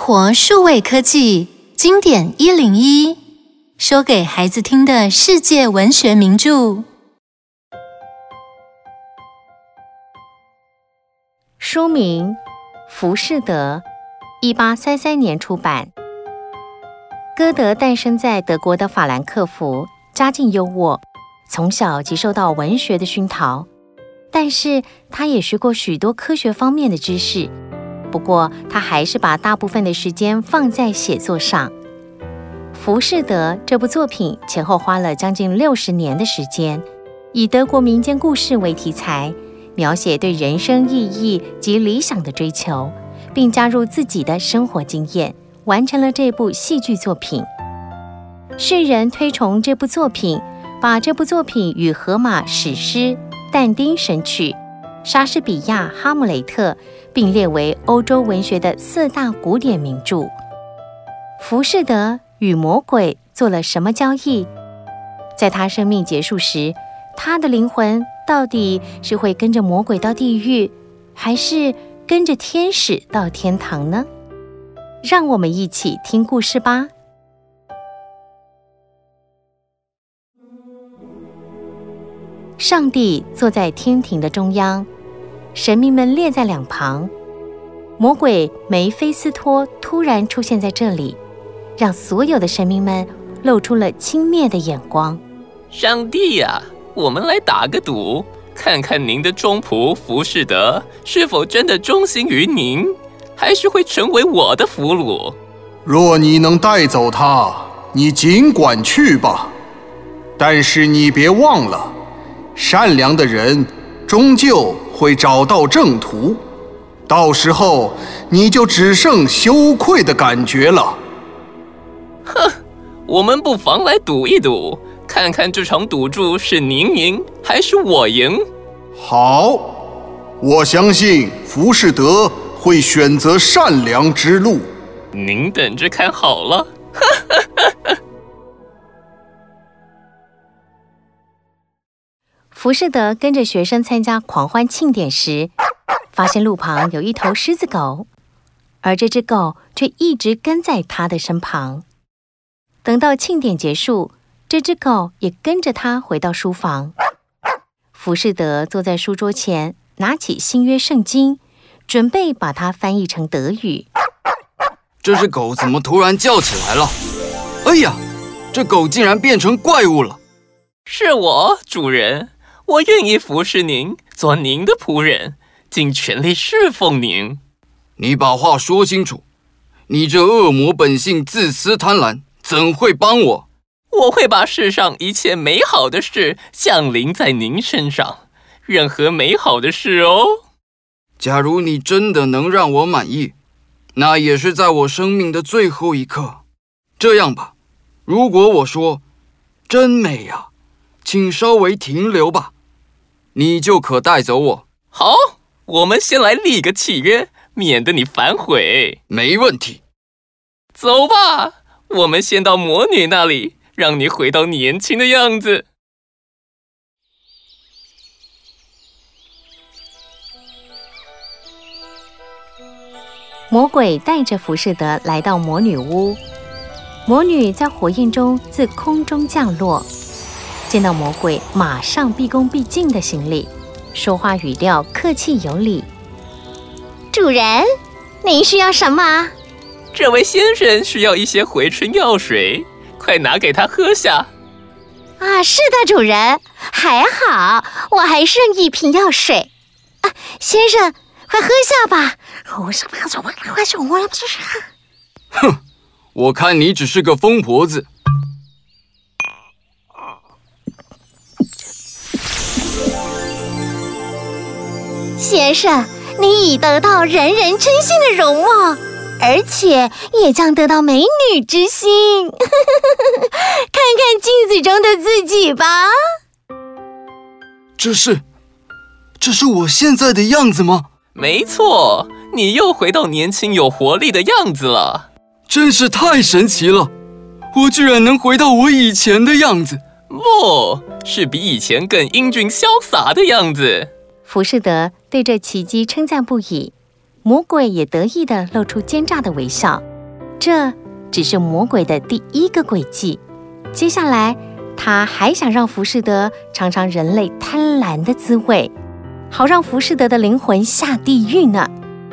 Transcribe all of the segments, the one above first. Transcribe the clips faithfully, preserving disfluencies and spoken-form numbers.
活数位科技经典一零一，说给孩子听的世界文学名著。 书名《浮士德》，一八三三年出版。歌德诞生在德国的法兰克福，家境优渥，从小即受到文学的熏陶，但是他也学过许多科学方面的知识。不过，他还是把大部分的时间放在写作上。《浮士德》这部作品前后花了将近六十年的时间，以德国民间故事为题材，描写对人生意义及理想的追求，并加入自己的生活经验，完成了这部戏剧作品。世人推崇这部作品，把这部作品与荷马史诗《但丁神曲》、莎士比亚《哈姆雷特》并列为欧洲文学的四大古典名著。浮士德与魔鬼做了什么交易？在他生命结束时，他的灵魂到底是会跟着魔鬼到地狱，还是跟着天使到天堂呢？让我们一起听故事吧。上帝坐在天庭的中央，神明们列在两旁。魔鬼梅菲斯托突然出现在这里，让所有的神明们露出了轻蔑的眼光。 上帝呀，我们来打个赌，看看您的忠仆浮士德是否真的忠心于您，还是会成为我的俘虏。 若你能带走他，你尽管去吧。但是你别忘了，善良的人终究会找到正途，到时候你就只剩羞愧的感觉了。 哼，我们不妨来赌一赌，看看这场赌注是您赢还是我赢。 好，我相信浮士德会选择善良之路。 您等着看好了。 浮士德跟着学生参加狂欢庆典时，发现路旁有一头狮子狗，而这只狗却一直跟在他的身旁。等到庆典结束，这只狗也跟着他回到书房。浮士德坐在书桌前，拿起新约圣经，准备把它翻译成德语。 这只狗怎么突然叫起来了？哎呀，这狗竟然变成怪物了！ 是我，主人，我愿意服侍您，做您的仆人，尽全力侍奉您。 你把话说清楚，你这恶魔本性自私贪婪，怎会帮我？ 我会把世上一切美好的事降临在您身上，任何美好的事哦。 假如你真的能让我满意，那也是在我生命的最后一刻。这样吧，如果我说真美呀，请稍微停留吧，你就可带走我。 好，我们先来立个契约，免得你反悔。 没问题。 走吧，我们先到魔女那里，让你回到年轻的样子。 魔鬼带着浮士德来到魔女屋，魔女在火焰中自空中降落，见到魔鬼马上毕恭毕敬地行礼，说话语调客气有礼。 主人，您需要什么？ 这位先生需要一些回春药水，快拿给他喝下。 啊，是的，主人，还好，我还剩一瓶药水。啊，先生，快喝下吧。 哼，我看你只是个疯婆子。 先生，你已得到人人称羡的容貌，而且也将得到美女之心。看看镜子中的自己吧。 这是，这是我现在的样子吗？ 没错，你又回到年轻有活力的样子了。 真是太神奇了，我居然能回到我以前的样子。 不，是比以前更英俊潇洒的样子。 浮士德对这奇迹称赞不已，魔鬼也得意地露出奸诈的微笑。 这只是魔鬼的第一个诡计，接下来他还想让浮士德尝尝人类贪婪的滋味，好让浮士德的灵魂下地狱呢。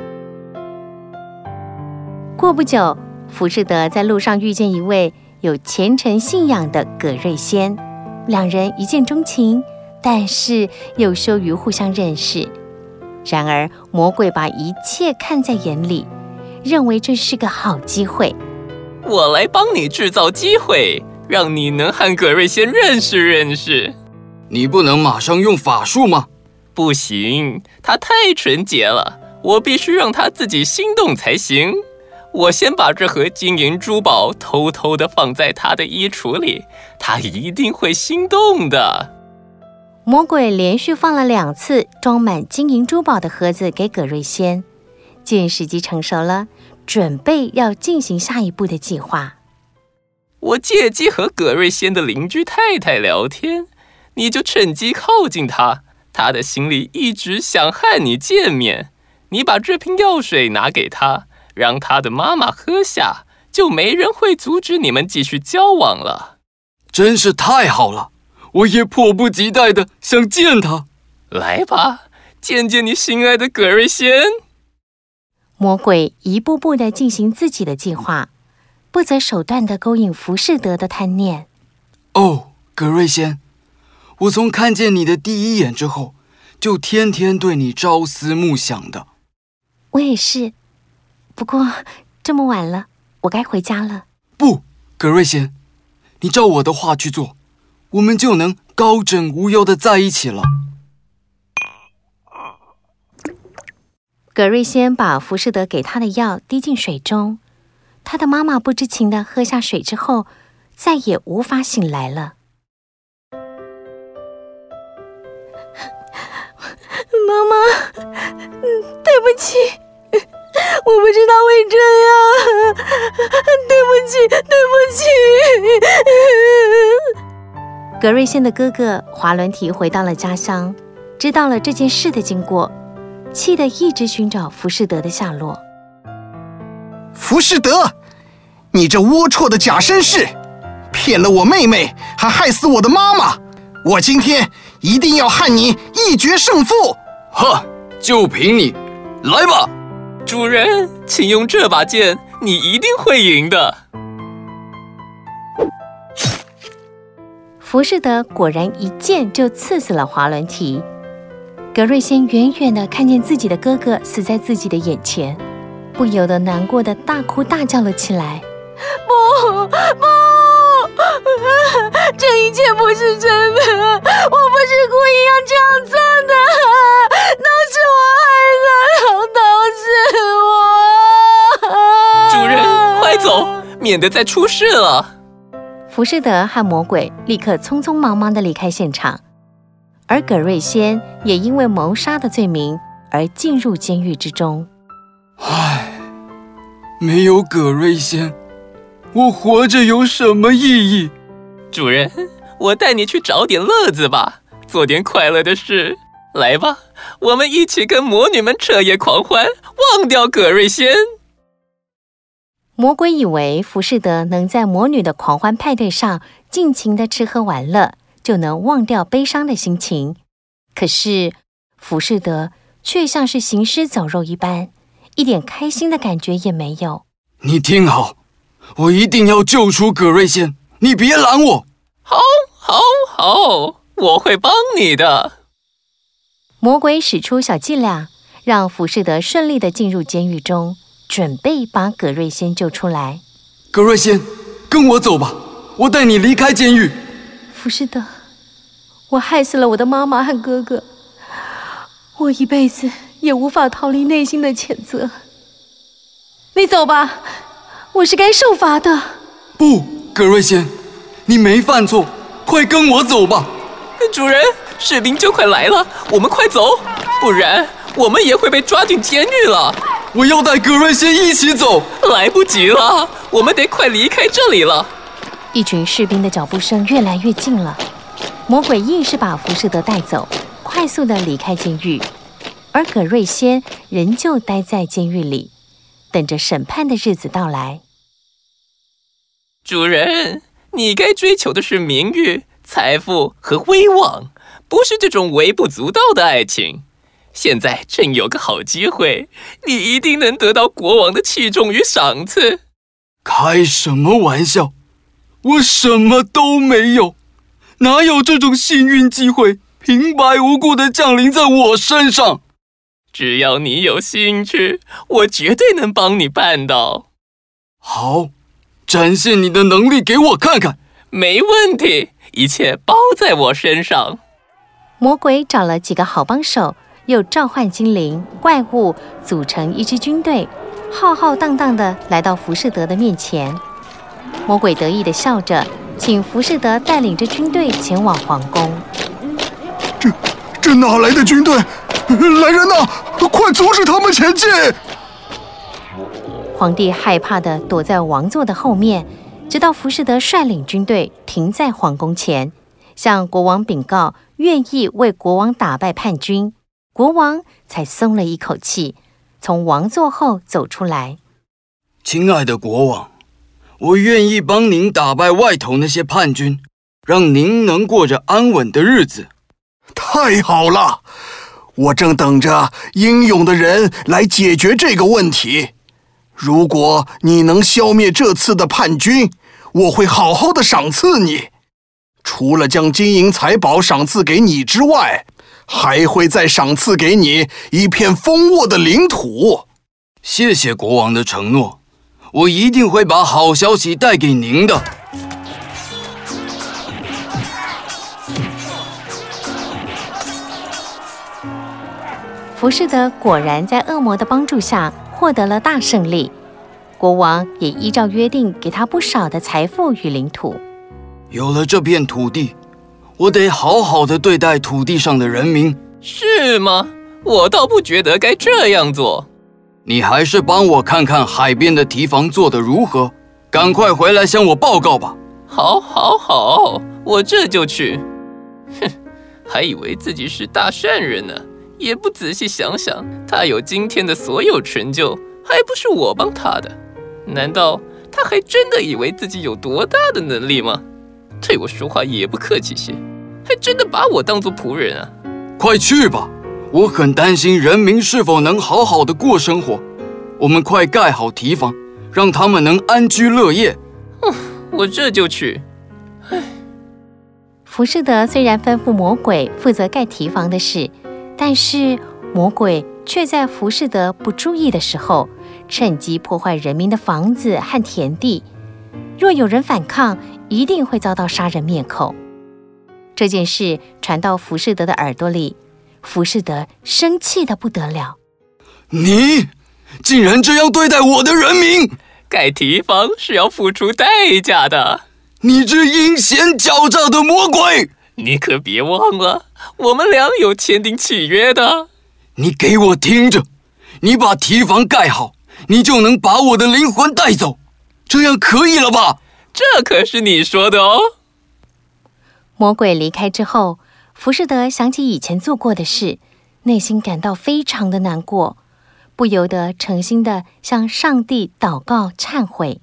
过不久，浮士德在路上遇见一位有虔诚信仰的葛瑞仙，两人一见钟情，但是又羞于互相认识。然而魔鬼把一切看在眼里，认为这是个好机会。 我来帮你制造机会，让你能和葛瑞仙认识认识。 你不能马上用法术吗？ 不行，他太纯洁了，我必须让他自己心动才行。我先把这盒金银珠宝偷偷地放在他的衣橱里，他一定会心动的。 魔鬼连续放了两次装满金银珠宝的盒子给葛瑞仙，见时机成熟了，准备要进行下一步的计划。 我借机和葛瑞仙的邻居太太聊天，你就趁机靠近他，他的心里一直想和你见面。你把这瓶药水拿给他，让他的妈妈喝下，就没人会阻止你们继续交往了。 真是太好了，我也迫不及待地想见他。 来吧，见见你心爱的葛瑞仙。 魔鬼一步步地进行自己的计划，不择手段地勾引浮士德的贪念。 哦，葛瑞仙，我从看见你的第一眼之后，就天天对你朝思暮想的。 我也是，不过这么晚了，我该回家了。 不，葛瑞仙，你照我的话去做，我们就能高枕无忧地在一起了。 葛瑞仙把浮士德给他的药滴进水中，他的妈妈不知情地喝下水之后，再也无法醒来了。 妈妈，对不起，我不知道会这样，对不起，对不起。 葛瑞仙的哥哥滑轮提回到了家乡，知道了这件事的经过，气得一直寻找浮士德的下落。 浮士德，你这龌龊的假绅士，骗了我妹妹，还害死我的妈妈！我今天一定要和你一决胜负！ 呵，就凭你，来吧！ 主人，请用这把剑，你一定会赢的。 浮士德果然一剑就刺死了滑轮提。葛瑞仙远远地看见自己的哥哥死在自己的眼前，不由得难过的大哭大叫了起来。 不不，这一切不是真的，我不是故意要这样做的，都是我害的，都是我。 主人，快走，免得再出事了。 浮士德和魔鬼立刻匆匆忙忙地离开现场，而葛瑞仙也因为谋杀的罪名而进入监狱之中。 唉，没有葛瑞仙，我活着有什么意义？ 主人，我带你去找点乐子吧，做点快乐的事。来吧，我们一起跟魔女们彻夜狂欢，忘掉葛瑞仙。 魔鬼以为浮士德能在魔女的狂欢派对上尽情地吃喝玩乐，就能忘掉悲伤的心情。可是浮士德却像是行尸走肉一般，一点开心的感觉也没有。 你听好，我一定要救出葛瑞仙，你别拦我。 好，好，好，我会帮你的。 魔鬼使出小伎俩，让浮士德顺利地进入监狱中，准备把葛瑞仙救出来。 葛瑞仙，跟我走吧，我带你离开监狱。 浮士德，我害死了我的妈妈和哥哥，我一辈子也无法逃离内心的谴责。你走吧，我是该受罚的。 不，葛瑞仙，你没犯错，快跟我走吧。 主人，士兵就快来了，我们快走，不然我们也会被抓进监狱了。 我要带葛瑞仙一起走。 来不及了，我们得快离开这里了。 一群士兵的脚步声越来越近了，魔鬼硬是把浮士德带走，快速地离开监狱，而葛瑞仙仍旧待在监狱里，等着审判的日子到来。 主人，你该追求的是名誉、财富和威望，不是这种微不足道的爱情。现在正有个好机会，你一定能得到国王的器重与赏赐。 开什么玩笑？我什么都没有，哪有这种幸运机会平白无故地降临在我身上？ 只要你有兴趣，我绝对能帮你办到。 好，展现你的能力给我看看。 没问题，一切包在我身上。 魔鬼找了几个好帮手，又召唤精灵、怪物，组成一支军队，浩浩荡荡地来到浮士德的面前。魔鬼得意地笑着，请浮士德带领着军队前往皇宫。 这这哪来的军队？来人呐，快阻止他们前进！ 皇帝害怕地躲在王座的后面，直到浮士德率领军队停在皇宫前，向国王禀告愿意为国王打败叛军，国王才松了一口气，从王座后走出来。 亲爱的国王，我愿意帮您打败外头那些叛军，让您能过着安稳的日子。 太好了，我正等着英勇的人来解决这个问题。如果你能消灭这次的叛军，我会好好的赏赐你。除了将金银财宝赏赐给你之外，还会再赏赐给你一片丰沃的领土。 谢谢国王的承诺，我一定会把好消息带给您的。 浮士德果然在恶魔的帮助下获得了大胜利，国王也依照约定给他不少的财富与领土。 有了这片土地，我得好好的对待土地上的人民。 是吗？我倒不觉得该这样做。 你还是帮我看看海边的堤防做得如何，赶快回来向我报告吧。 好，好，好，我这就去。哼，还以为自己是大善人呢，也不仔细想想，他有今天的所有成就，还不是我帮他的？难道他还真的以为自己有多大的能力吗？对我说话也不客气些，还真的把我当作仆人啊！ 快去吧，我很担心人民是否能好好的过生活。我们快盖好堤防，让他们能安居乐业。 嗯，我这就去。唉， 浮士德虽然吩咐魔鬼负责盖堤防的事，但是魔鬼却在浮士德不注意的时候，趁机破坏人民的房子和田地。若有人反抗，一定会遭到杀人灭口。这件事传到浮士德的耳朵里，浮士德生气得不得了。 你竟然这样对待我的人民！ 盖堤防是要付出代价的。 你这阴险狡诈的魔鬼！ 你可别忘了，我们俩有签订契约的。 你给我听着，你把堤防盖好，你就能把我的灵魂带走，这样可以了吧？ 这可是你说的哦。 魔鬼离开之后，浮士德想起以前做过的事，内心感到非常的难过，不由得诚心的向上帝祷告忏悔。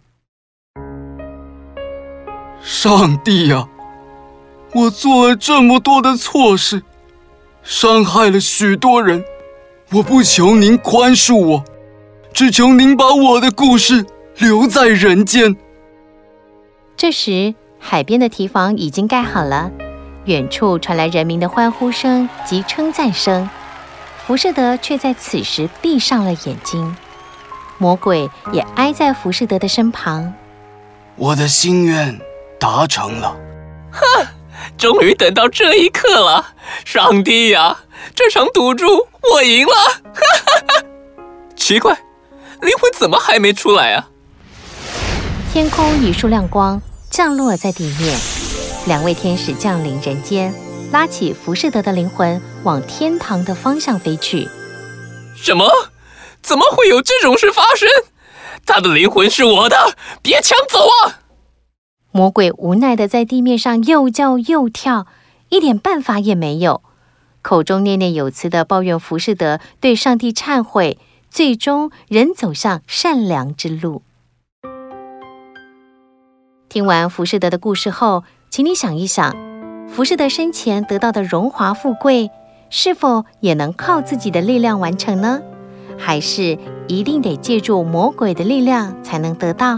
上帝呀，我做了这么多的错事，伤害了许多人，我不求您宽恕我，只求您把我的故事留在人间。 这时，海边的堤防已经盖好了，远处传来人民的欢呼声及称赞声。浮士德却在此时闭上了眼睛，魔鬼也挨在浮士德的身旁。 我的心愿达成了。 哈，终于等到这一刻了！上帝呀，这场赌注我赢了！哈哈哈！奇怪，灵魂怎么还没出来啊？ 天空一束亮光降落在地面，两位天使降临人间，拉起浮士德的灵魂往天堂的方向飞去。 什么？怎么会有这种事发生？他的灵魂是我的，别抢走啊！ 魔鬼无奈地在地面上又叫又跳，一点办法也没有，口中念念有词地抱怨浮士德对上帝忏悔，最终仍走向善良之路。 听完浮士德的故事后，请你想一想，浮士德生前得到的荣华富贵，是否也能靠自己的力量完成呢？还是一定得借助魔鬼的力量才能得到？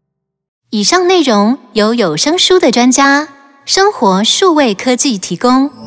以上内容由有声书的专家生活数位科技提供。